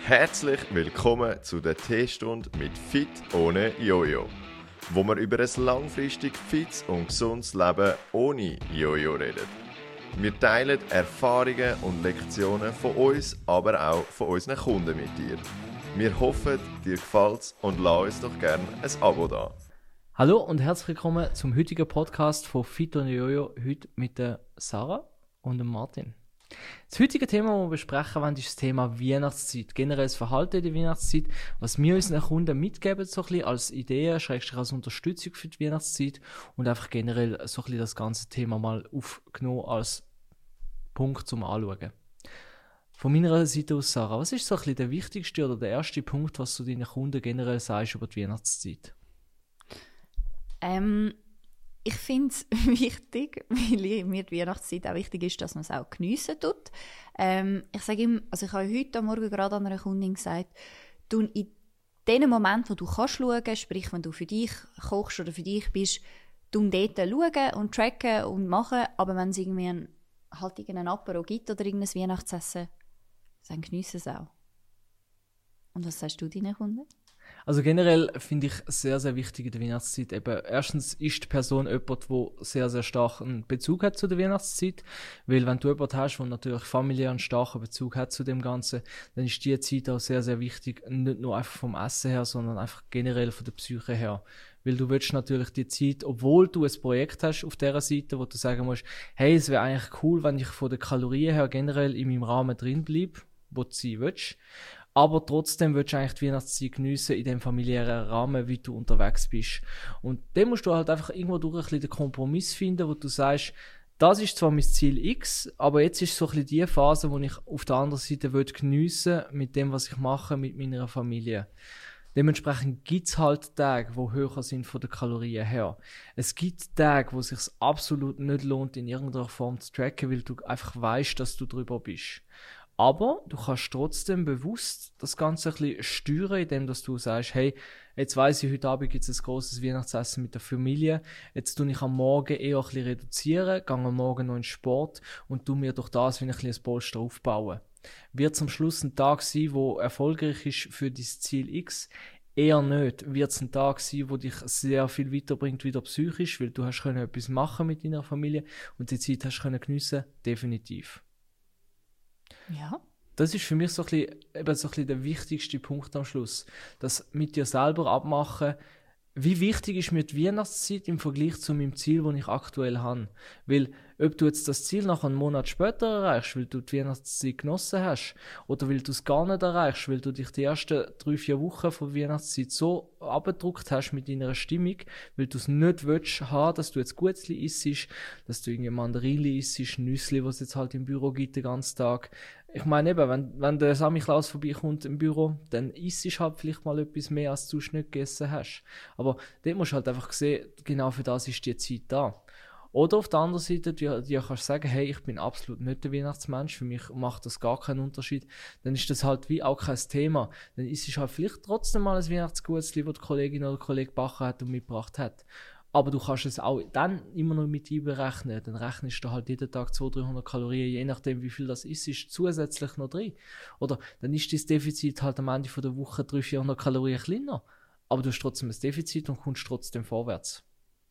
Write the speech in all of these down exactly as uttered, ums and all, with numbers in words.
Herzlich willkommen zu der Teestunde mit Fit ohne Jojo, wo wir über ein langfristig fits und gesundes Leben ohne Jojo reden. Wir teilen Erfahrungen und Lektionen von uns, aber auch von unseren Kunden mit dir. Wir hoffen, dir gefällt's und lass uns doch gerne ein Abo da. Hallo und herzlich willkommen zum heutigen Podcast von Fit ohne Jojo, heute mit der Sarah und dem Martin. Das heutige Thema, das wir besprechen wollen, ist das Thema Weihnachtszeit. Generell das Verhalten in der Weihnachtszeit, was wir unseren Kunden mitgeben, so ein bisschen als Idee, schrägstrich als Unterstützung für die Weihnachtszeit und einfach generell so ein bisschen das ganze Thema mal aufgenommen als Punkt zum Anschauen. Von meiner Seite aus, Sarah, was ist so ein bisschen der wichtigste oder der erste Punkt, was du deinen Kunden generell sagst über die Weihnachtszeit? Ähm... Ich finde es wichtig, weil mir die Weihnachtszeit auch wichtig ist, dass man es auch geniessen tut. Ähm, ich sage ihm, also ich habe heute am Morgen gerade an einer Kundin gesagt, du in den Momenten, wo du kannst schauen, sprich, wenn du für dich kochst oder für dich bist, du dort schauen und tracken und machen, aber wenn es irgendwie ein, halt irgendeinen Apero gibt oder irgendein Weihnachtsessen, dann geniessen es auch. Und was sagst du deinen Kunden? Also generell finde ich sehr, sehr wichtig in der Weihnachtszeit eben, erstens ist die Person jemand, der sehr, sehr stark einen Bezug hat zu der Weihnachtszeit, weil wenn du jemanden hast, der natürlich familiär einen starken Bezug hat zu dem Ganzen, dann ist diese Zeit auch sehr, sehr wichtig, nicht nur einfach vom Essen her, sondern einfach generell von der Psyche her. Weil du willst natürlich die Zeit, obwohl du ein Projekt hast auf dieser Seite, wo du sagen musst, hey, es wäre eigentlich cool, wenn ich von den Kalorien her generell in meinem Rahmen drin bleibe, wo du sein willst. Aber trotzdem willst du eigentlich die Weihnachtszeit geniessen in dem familiären Rahmen, wie du unterwegs bist. Und dann musst du halt einfach irgendwo durch ein bisschen den Kompromiss finden, wo du sagst, das ist zwar mein Ziel X, aber jetzt ist so ein bisschen die Phase, wo ich auf der anderen Seite geniessen will, mit dem, was ich mache, mit meiner Familie. Dementsprechend gibt es halt Tage, die höher sind von den Kalorien her. Es gibt Tage, wo es sich absolut nicht lohnt, in irgendeiner Form zu tracken, weil du einfach weißt, dass du drüber bist. Aber du kannst trotzdem bewusst das Ganze ein bisschen steuern, indem dass du sagst, hey, jetzt weiss ich, heute Abend gibt es ein grosses Weihnachtsessen mit der Familie, jetzt tue ich am Morgen eher ein bisschen reduzieren, gehe am Morgen noch in den Sport und tu mir durch das wie ein bisschen ein Polster aufbauen. Wird es am Schluss ein Tag sein, der erfolgreich ist für dein Ziel X? Eher nicht. Wird es ein Tag sein, der dich sehr viel weiterbringt, wieder psychisch, weil du hast können etwas machen mit deiner Familie und die Zeit hast können geniessen? Definitiv. Ja. Das ist für mich so ein bisschen, eben so ein bisschen der wichtigste Punkt am Schluss. Das mit dir selber abmachen, wie wichtig ist mir die Weihnachtszeit im Vergleich zu meinem Ziel, das ich aktuell habe. Weil, ob du jetzt das Ziel nach einem Monat später erreichst, weil du die Weihnachtszeit genossen hast, oder weil du es gar nicht erreichst, weil du dich die ersten drei, vier Wochen von der Weihnachtszeit so abgedruckt hast mit deiner Stimmung, weil du es nicht willst haben, dass du jetzt Gutzli isst, dass du irgendwie Mandarinli isst, Nüssli, was es jetzt halt im Büro gibt den ganzen Tag. Ich meine eben, wenn, wenn der Sammy Klaus vorbeikommt im Büro, dann isst du halt vielleicht mal etwas mehr, als du nicht gegessen hast. Aber dort musst du halt einfach sehen, genau für das ist die Zeit da. Oder auf der anderen Seite, du, du kannst sagen, hey, ich bin absolut nicht der Weihnachtsmensch, für mich macht das gar keinen Unterschied. Dann ist das halt wie auch kein Thema. Dann isst du halt vielleicht trotzdem mal ein Weihnachtsgutzli, das die Kollegin oder der Kollege gebacken hat und mitgebracht hat. Aber du kannst es auch dann immer noch mit einberechnen. Dann rechnest du halt jeden Tag zweihundert, dreihundert Kalorien, je nachdem wie viel das ist, ist zusätzlich noch drin. Oder dann ist das Defizit halt am Ende der Woche dreihundert, vierhundert Kalorien kleiner. Aber du hast trotzdem ein Defizit und kommst trotzdem vorwärts.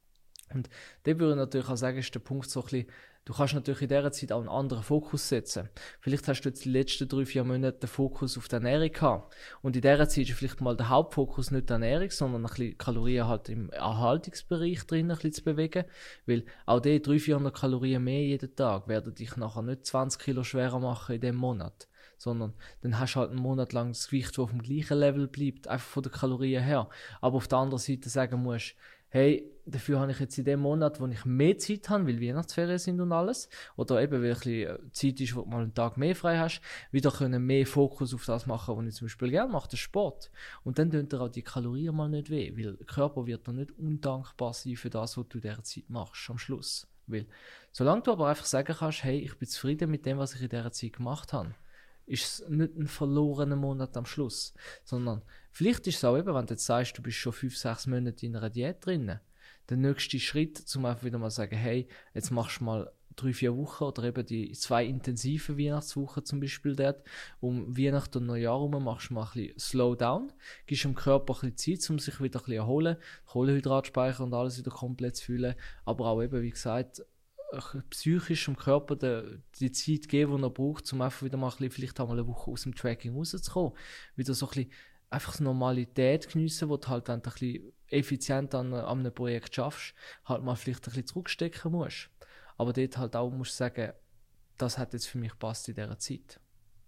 Und da würde ich natürlich auch sagen, ist der Punkt so ein bisschen, du kannst natürlich in dieser Zeit auch einen anderen Fokus setzen. Vielleicht hast du jetzt die letzten drei, vier Monate den Fokus auf die Ernährung gehabt. Und in dieser Zeit ist vielleicht mal der Hauptfokus nicht die Ernährung, sondern ein bisschen Kalorien halt im Erhaltungsbereich drin ein bisschen zu bewegen. Weil auch die dreihundert, vierhundert Kalorien mehr jeden Tag werden dich nachher nicht zwanzig Kilo schwerer machen in diesem Monat. Sondern dann hast du halt einen Monat lang das Gewicht, das auf dem gleichen Level bleibt, einfach von den Kalorien her. Aber auf der anderen Seite sagen musst, hey, dafür habe ich jetzt in dem Monat, wo ich mehr Zeit habe, weil Weihnachtsferien sind und alles, oder eben weil ein bisschen Zeit ist, wo du mal einen Tag mehr frei hast, wieder können mehr Fokus auf das machen, was ich zum Beispiel gerne mache, den Sport. Und dann tun dir auch die Kalorien mal nicht weh, weil der Körper wird dann nicht undankbar sein für das, was du in dieser Zeit machst, am Schluss. Weil, solange du aber einfach sagen kannst, hey, ich bin zufrieden mit dem, was ich in dieser Zeit gemacht habe, ist es nicht ein verlorener Monat am Schluss, sondern vielleicht ist es auch eben, wenn du jetzt sagst, du bist schon fünf, sechs Monate in einer Diät drin, der nächste Schritt, um einfach wieder mal zu sagen, hey, jetzt machst du mal drei, vier Wochen oder eben die zwei intensiven Weihnachtswochen zum Beispiel dort, um Weihnachten und Neujahr herum machst du mal ein bisschen Slowdown, gibst dem Körper ein bisschen Zeit, um sich wieder ein bisschen erholen, Kohlenhydratspeicher und alles wieder komplett zu füllen, aber auch eben, wie gesagt, psychisch dem Körper die, die Zeit geben, die er braucht, um einfach wieder mal ein bisschen, vielleicht einmal eine Woche aus dem Tracking rauszukommen, wieder so ein bisschen einfach Normalität geniessen, wo du halt, wenn du ein bisschen effizient an, an einem Projekt schaffst, halt mal vielleicht ein bisschen zurückstecken musst. Aber dort halt auch musst du sagen, das hat jetzt für mich gepasst in dieser Zeit.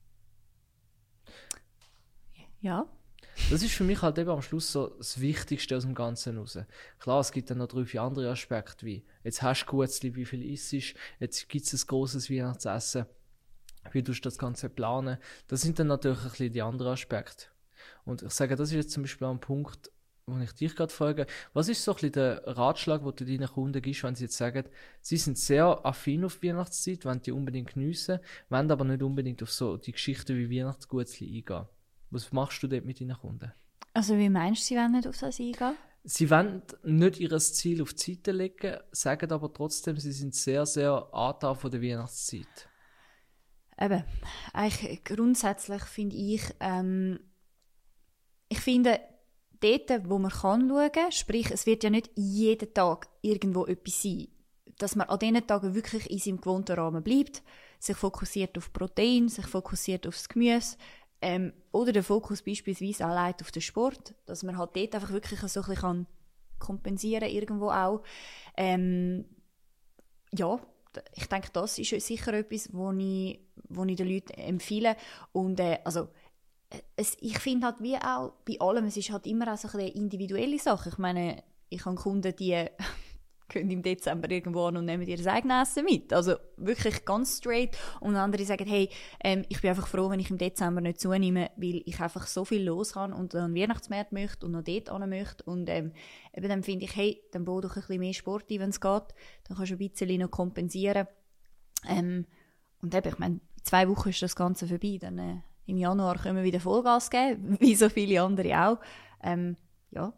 Ja. Das ist für mich halt eben am Schluss so das Wichtigste aus dem Ganzen raus. Klar, es gibt dann noch drei, vier andere Aspekte, wie jetzt hast du Gutzli, wie viel isst, jetzt gibt es ein grosses Weihnachtsessen, wie tust du das Ganze planen. Das sind dann natürlich ein bisschen die anderen Aspekte. Und ich sage, das ist jetzt zum Beispiel auch ein Punkt, wo ich dich gerade frage, was ist so ein bisschen der Ratschlag, den du deinen Kunden gibst, wenn sie jetzt sagen, sie sind sehr affin auf die Weihnachtszeit, wollen die unbedingt geniessen, wollen aber nicht unbedingt auf so die Geschichten wie Weihnachtsgutzli eingehen. Was machst du dort mit deinen Kunden? Also wie meinst du, sie wollen nicht auf das eingehen? Sie wollen nicht ihr Ziel auf die Seite legen, sagen aber trotzdem, sie sind sehr, sehr angetan von der Weihnachtszeit. Eben, eigentlich grundsätzlich finde ich, ähm, ich finde, dort, wo man kann schauen, sprich, es wird ja nicht jeden Tag irgendwo etwas sein, dass man an diesen Tagen wirklich in seinem gewohnten Rahmen bleibt, sich fokussiert auf Protein, sich fokussiert aufs Gemüse, ähm, oder den Fokus beispielsweise auch legt auf den Sport, dass man halt dort einfach wirklich so ein bisschen kompensieren kann, irgendwo auch. Ähm, ja, ich denke, das ist sicher etwas, was ich, wo ich den Leuten empfehle. Und äh, also, es, ich finde halt wie auch bei allem, es ist halt immer auch so eine individuelle Sache. Ich meine, ich habe Kunden, die gehen im Dezember irgendwo an und nehmen ihr eigenes Essen mit. Also wirklich ganz straight. Und andere sagen, hey, ähm, ich bin einfach froh, wenn ich im Dezember nicht zunehme, weil ich einfach so viel los habe und an den Weihnachtsmarkt möchte und noch dort hin möchte. Und ähm, eben dann finde ich, hey, dann bau doch ein bisschen mehr Sport ein, wenn es geht. Dann kannst du ein bisschen noch kompensieren. Ähm, und eben, ich meine, in zwei Wochen ist das Ganze vorbei. Dann äh, im Januar können wir wieder Vollgas geben, wie so viele andere auch. Ähm, ja.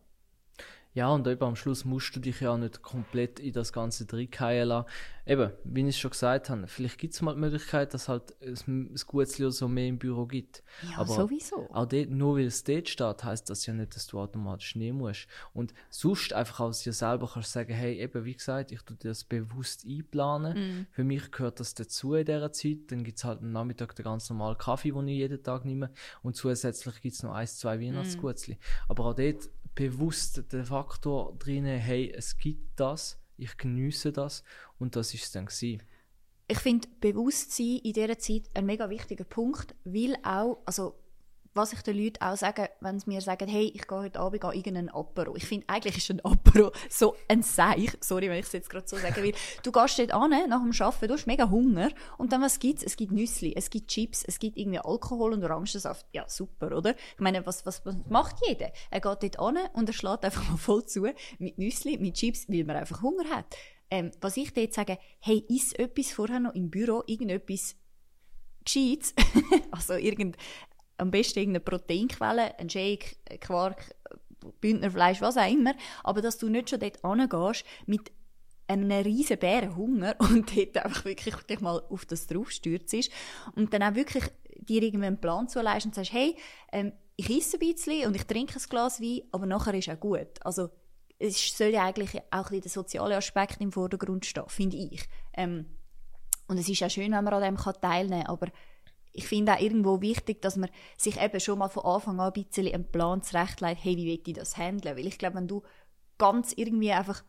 Ja, und eben am Schluss musst du dich ja auch nicht komplett in das Ganze reinfallen lassen. Eben, wie ich es schon gesagt habe, vielleicht gibt es mal die Möglichkeit, dass halt ein Gutzli oder so mehr im Büro gibt. Ja, aber sowieso. Auch dort, nur weil es dort steht, heisst das ja nicht, dass du automatisch nehmen musst. Und sonst einfach aus dir selber kannst du sagen, hey, eben, wie gesagt, ich tue das bewusst einplanen. Mm. Für mich gehört das dazu in dieser Zeit. Dann gibt es halt am Nachmittag den ganz normalen Kaffee, den ich jeden Tag nehme. Und zusätzlich gibt es noch ein, zwei Weihnachtsgutzli. Mm. Aber auch dort bewusst den Faktor drin, hey, es gibt das, ich geniesse das, und das ist es dann gewesen. Ich finde Bewusstsein in dieser Zeit ein mega wichtiger Punkt, weil auch, also was ich den Leuten auch sage, wenn sie mir sagen, hey, ich gehe heute Abend an irgendeinen Apero. Ich finde, eigentlich ist ein Apero so ein Seich, sorry, wenn ich es jetzt gerade so sagen will. Du gehst dort an, nach dem Arbeiten, du hast mega Hunger, und dann was gibt's? Es gibt Nüssli, es gibt Chips, es gibt irgendwie Alkohol und Orangensaft. Ja, super, oder? Ich meine, was, was, was macht jeder? Er geht dort an und er schlägt einfach mal voll zu mit Nüssli, mit Chips, weil man einfach Hunger hat. Ähm, was ich dort sage, hey, iss etwas vorher noch im Büro, irgendetwas Gescheites, also irgend am besten irgendeine Proteinquelle, ein Shake, ein Quark, Bündnerfleisch, was auch immer, aber dass du nicht schon dort hingehst mit einem riesen Bärenhunger und dort einfach wirklich, wirklich mal auf das draufstürzt und dann auch wirklich dir irgendwie einen Plan zuleist und sagst, hey, ähm, ich esse ein bisschen und ich trinke ein Glas Wein, aber nachher ist auch gut. Also es soll ja eigentlich auch ein bisschen der soziale Aspekt im Vordergrund stehen, finde ich. Ähm, und es ist auch schön, wenn man an dem teilnehmen kann, aber ich finde auch irgendwo wichtig, dass man sich eben schon mal von Anfang an ein bisschen einen Plan zurechtlegt, hey, wie will ich das handeln? Weil ich glaube, wenn du ganz irgendwie einfach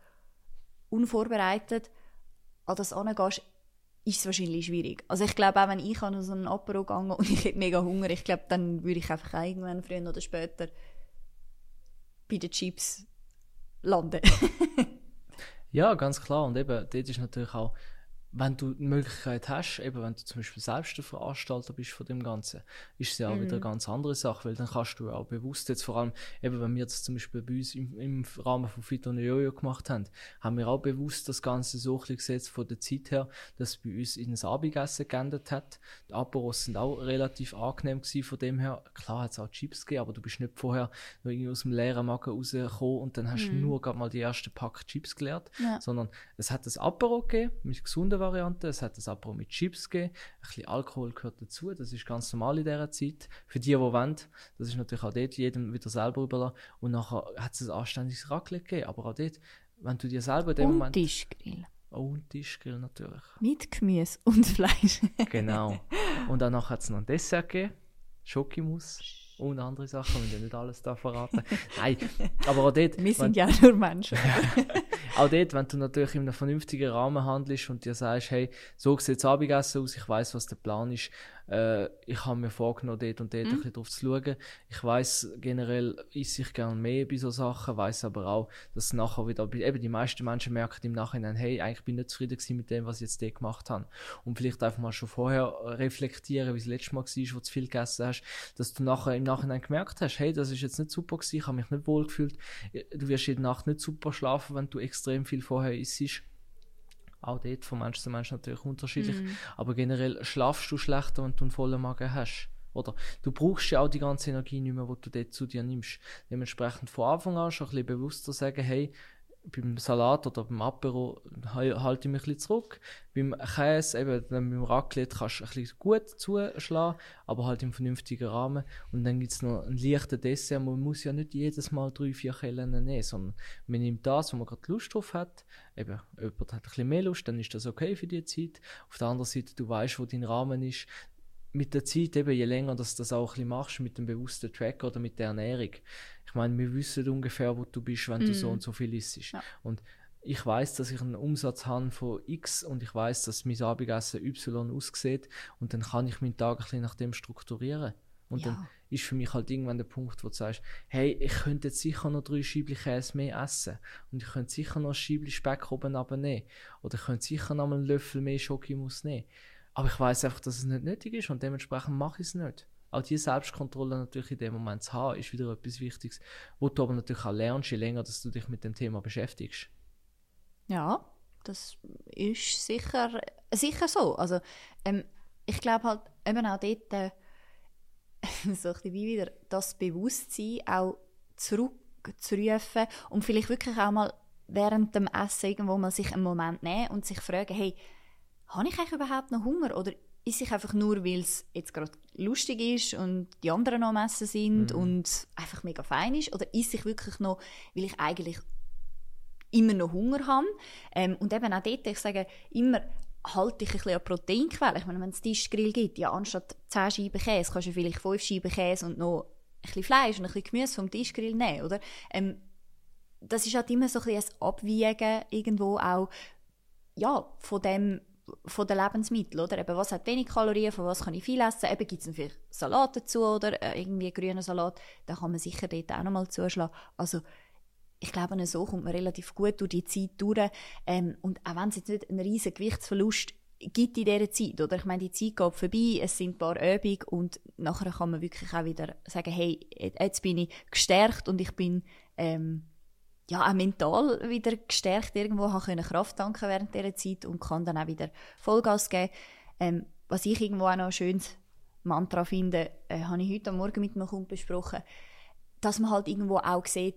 unvorbereitet an das angehst, ist es wahrscheinlich schwierig. Also ich glaube auch, wenn ich an so einen Apero gehe und ich hätte mega Hunger, ich glaube, dann würde ich einfach irgendwann früher oder später bei den Chips landen. Ja, ganz klar. Und eben, dort ist natürlich auch, wenn du die Möglichkeit hast, eben wenn du zum Beispiel selbst der Veranstalter bist von dem Ganzen, ist es ja auch mm. wieder eine ganz andere Sache, weil dann kannst du auch bewusst jetzt vor allem, eben wenn wir das zum Beispiel bei uns im, im Rahmen von Fit ohne Jojo gemacht haben, haben wir auch bewusst das Ganze so ein bisschen gesetzt von der Zeit her, dass es bei uns in ein Abendessen geändert hat. Die Aperos sind auch relativ angenehm gewesen von dem her. Klar hat es auch Chips gegeben, aber du bist nicht vorher noch irgendwie aus dem leeren Magen rausgekommen und dann hast mm. du nur gerade mal die ersten Pack Chips geleert, ja. sondern es hat das Apero gegeben mit gesunden Variante, es hat ein Apero mit Chips gegeben, ein bisschen Alkohol gehört dazu, das ist ganz normal in dieser Zeit. Für die, die wollen, das ist natürlich auch dort jedem wieder selber überlassen. Und nachher hat es ein anständiges Raclette gegeben, aber auch dort, wenn du dir selber in dem Und Moment... Tischgrill. Oh, und Tischgrill natürlich. Mit Gemüse und Fleisch. Genau. Und danach hat es noch ein Dessert gegeben, Schokimus und andere Sachen, wir müssen nicht alles da verraten. Nein, aber auch dort... Wir sind ja nur Menschen. Auch dort, wenn du natürlich in einem vernünftigen Rahmen handelst und dir sagst, hey, so sieht das Abendessen aus, ich weiss, was der Plan ist, äh, ich habe mir vorgenommen, dort und dort mhm. ein bisschen drauf zu schauen. Ich weiss, generell esse ich gerne mehr bei so Sachen, weiss aber auch, dass nachher wieder, eben die meisten Menschen merken im Nachhinein, hey, eigentlich bin ich nicht zufrieden gewesen mit dem, was ich jetzt dort gemacht habe. Und vielleicht einfach mal schon vorher reflektieren, wie es letztes Mal war, wo du zu viel gegessen hast, dass du nachher im Nachhinein gemerkt hast, hey, das ist jetzt nicht super gewesen, ich habe mich nicht wohl gefühlt, du wirst jede Nacht nicht super schlafen, wenn du extrem viel vorher isst. Auch dort von Mensch zu Mensch natürlich unterschiedlich. Mm. Aber generell schlafst du schlechter, wenn du einen vollen Magen hast. Oder du brauchst ja auch die ganze Energie nicht mehr, die du dort zu dir nimmst. Dementsprechend von Anfang an schon ein bisschen bewusster sagen, hey, beim Salat oder beim Apero halte ich mich ein bisschen zurück. Beim Käse, eben beim Raclette kannst du ein bisschen gut zuschlagen, aber halt im vernünftigen Rahmen. Und dann gibt es noch einen leichten Dessert. Man muss ja nicht jedes Mal drei, vier Kellen nehmen, sondern man nimmt das, wo man gerade Lust drauf hat. Eben, jemand hat ein bisschen mehr Lust, dann ist das okay für die Zeit. Auf der anderen Seite, du weißt, wo dein Rahmen ist. Mit der Zeit, eben, je länger dass du das auch ein bisschen machst, mit dem bewussten Tracker oder mit der Ernährung. Ich meine, wir wissen ungefähr, wo du bist, wenn mm. du so und so viel isst. Ja. Und ich weiss, dass ich einen Umsatz habe von X und ich weiss, dass mein Abendessen Y aussieht und dann kann ich meinen Tag ein bisschen nach dem strukturieren. Und ja. dann ist für mich halt irgendwann der Punkt, wo du sagst, hey, ich könnte jetzt sicher noch drei Scheibchen Käse mehr essen und ich könnte sicher noch ein Scheibchen Speck oben runternehmen oder ich könnte sicher noch einen Löffel mehr Schokimus nehmen. Aber ich weiss einfach, dass es nicht nötig ist und dementsprechend mache ich es nicht. Auch die Selbstkontrolle natürlich in dem Moment zu haben, ist wieder etwas Wichtiges, wo du aber natürlich auch lernst, je länger dass du dich mit dem Thema beschäftigst. Ja, das ist sicher, sicher so. Also, ähm, ich glaube halt eben auch dort äh, so ein bisschen wie wieder das Bewusstsein auch zurückzurufen und vielleicht wirklich auch mal während dem Essen irgendwo mal sich einen Moment nehmen und sich fragen, hey, habe ich eigentlich überhaupt noch Hunger? Oder ist ich einfach nur, weil es jetzt gerade lustig ist und die anderen noch am Essen sind mhm. und einfach mega fein ist? Oder ist ich wirklich noch, weil ich eigentlich immer noch Hunger habe? Ähm, und eben auch dort, ich sage immer, halte ich ein bisschen an Proteinquelle. Ich meine, wenn es Tischgrill gibt, ja, anstatt zehn Scheiben Käse, kannst du vielleicht fünf Scheiben Käse und noch ein bisschen Fleisch und ein bisschen Gemüse vom Tischgrill nehmen, oder? Ähm, das ist halt immer so ein bisschen ein Abwiegen irgendwo auch, ja, von dem, von den Lebensmitteln, oder? Eben, was hat wenig Kalorien, von was kann ich viel essen? Eben gibt es natürlich Salat dazu, oder äh, irgendwie einen grünen Salat, da kann man sicher dort auch nochmal zuschlagen. Also, ich glaube, so kommt man relativ gut durch die Zeit durch. Ähm, und auch wenn es jetzt nicht einen riesen Gewichtsverlust gibt in dieser Zeit, oder? Ich meine, die Zeit geht vorbei, es sind ein paar Übungen und nachher kann man wirklich auch wieder sagen, hey, jetzt bin ich gestärkt und ich bin ähm, ja, auch mental wieder gestärkt irgendwo, habe können Kraft tanken während dieser Zeit und kann dann auch wieder Vollgas geben. Ähm, was ich irgendwo auch noch ein schönes Mantra finde, äh, habe ich heute am Morgen mit einem Kunden besprochen, dass man halt irgendwo auch sieht,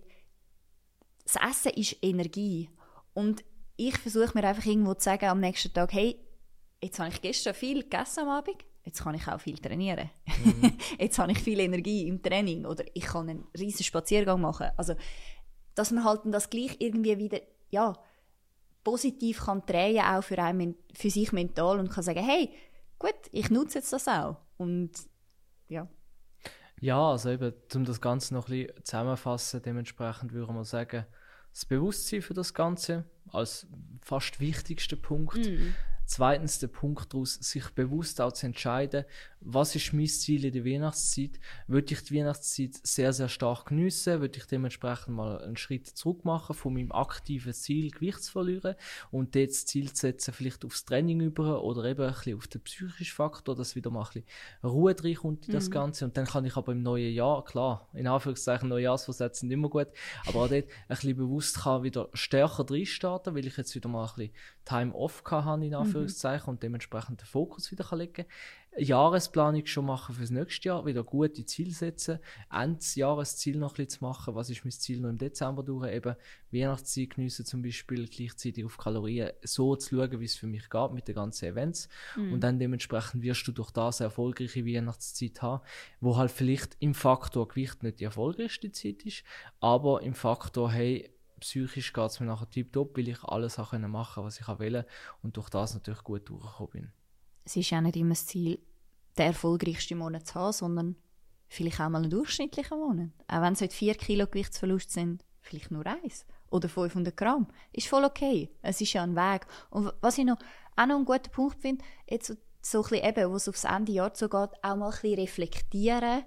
das Essen ist Energie. Und ich versuche mir einfach irgendwo zu sagen am nächsten Tag, hey, jetzt habe ich gestern viel gegessen am Abend, jetzt kann ich auch viel trainieren. Mhm. Jetzt habe ich viel Energie im Training oder ich kann einen riesen Spaziergang machen. Also, dass man halt das gleich irgendwie wieder, ja, positiv kann drehen, auch für, einen, für sich mental und kann sagen, hey, gut, ich nutze jetzt das auch. Und, ja. Ja, also eben, um das Ganze noch ein bisschen zusammenzufassen, dementsprechend würde man sagen, das Bewusstsein für das Ganze als fast wichtigster Punkt. Mm. Zweitens der Punkt daraus, sich bewusst auch zu entscheiden, was ist mein Ziel in der Weihnachtszeit? Würde ich die Weihnachtszeit sehr, sehr stark geniessen? Würde ich dementsprechend mal einen Schritt zurück machen, von meinem aktiven Ziel Gewicht zu verlieren und dort das Ziel zu setzen, vielleicht aufs Training über oder eben ein bisschen auf den psychischen Faktor, dass wieder mal ein bisschen Ruhe reinkommt in das mhm. Ganze. Und dann kann ich aber im neuen Jahr, klar, in Anführungszeichen Neujahrsvorsätze sind immer gut, aber auch dort ein bisschen bewusst kann wieder stärker reinstarten, weil ich jetzt wieder mal ein bisschen Time-off hatte, in Anführungszeichen. Anführungszeichen, mhm. und dementsprechend den Fokus wieder kann legen. Jahresplanung schon machen fürs nächste Jahr, wieder gute Ziele setzen, Endjahresziel noch ein bisschen zu machen, was ist mein Ziel noch im Dezember durch, eben Weihnachtszeit geniessen zum Beispiel, gleichzeitig auf Kalorien so zu schauen, wie es für mich geht mit den ganzen Events, mhm. und dann dementsprechend wirst du durch das eine erfolgreiche Weihnachtszeit haben, wo halt vielleicht im Faktor Gewicht nicht die erfolgreichste Zeit ist, aber im Faktor, hey, psychisch geht es mir nachher tiptop, weil ich alles machen konnte, was ich wollte, und durch das natürlich gut durchgekommen bin. Es ist ja nicht immer das Ziel, den erfolgreichsten Monat zu haben, sondern vielleicht auch mal einen durchschnittlichen Monat. Auch wenn es heute vier Kilo Gewichtsverlust sind, vielleicht nur eins oder fünfhundert Gramm. Ist voll okay. Es ist ja ein Weg. Und was ich noch, auch noch einen guten Punkt finde, jetzt so, so ein bisschen eben, wo es aufs Ende Jahr so geht, auch mal ein bisschen reflektieren,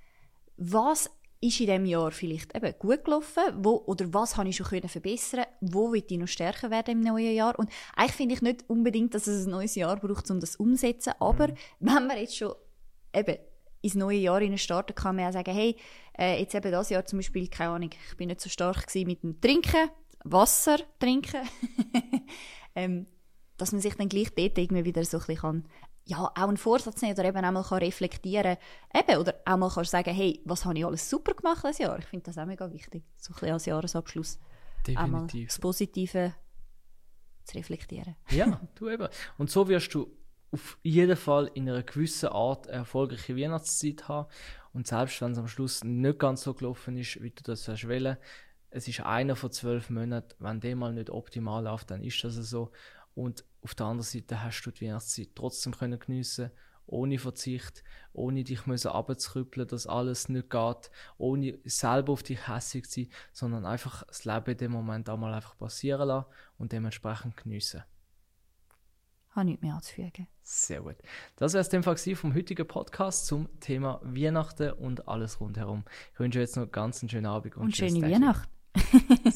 was ist in diesem Jahr vielleicht eben gut gelaufen, wo, oder was habe ich schon können verbessern, wo will ich noch stärker werden im neuen Jahr. Und eigentlich finde ich nicht unbedingt, dass es ein neues Jahr braucht, um das umzusetzen, aber mhm. wenn man jetzt schon eben ins neue Jahr starten, kann man auch sagen, hey, äh, jetzt eben das Jahr zum Beispiel, keine Ahnung, ich bin nicht so stark gewesen mit dem Trinken, Wasser trinken, ähm, dass man sich dann gleich dort irgendwie wieder so ein bisschen kann, ja, auch einen Vorsatz nehmen oder eben auch mal kann reflektieren kann. Oder auch mal kann sagen, hey, was habe ich alles super gemacht dieses Jahr? Ich finde das auch mega wichtig, so ein bisschen als Jahresabschluss. Definitiv. Auch mal das Positive zu reflektieren. Ja, du eben. Und so wirst du auf jeden Fall in einer gewissen Art eine erfolgreiche Weihnachtszeit haben. Und selbst wenn es am Schluss nicht ganz so gelaufen ist, wie du das hast wollen, es ist einer von zwölf Monaten, wenn der mal nicht optimal läuft, dann ist das so. Und auf der anderen Seite hast du die Weihnachtszeit trotzdem können geniessen, ohne Verzicht, ohne dich runterzukrüppeln, dass alles nicht geht, ohne selber auf dich hässig zu sein, sondern einfach das Leben in dem Moment einmal einfach passieren lassen und dementsprechend geniessen. Habe nichts mehr anzufügen. Sehr gut. Das wäre es dem Fall vom heutigen Podcast zum Thema Weihnachten und alles rundherum. Ich wünsche euch jetzt noch ganz einen schönen Abend und, und schöne Weihnachten.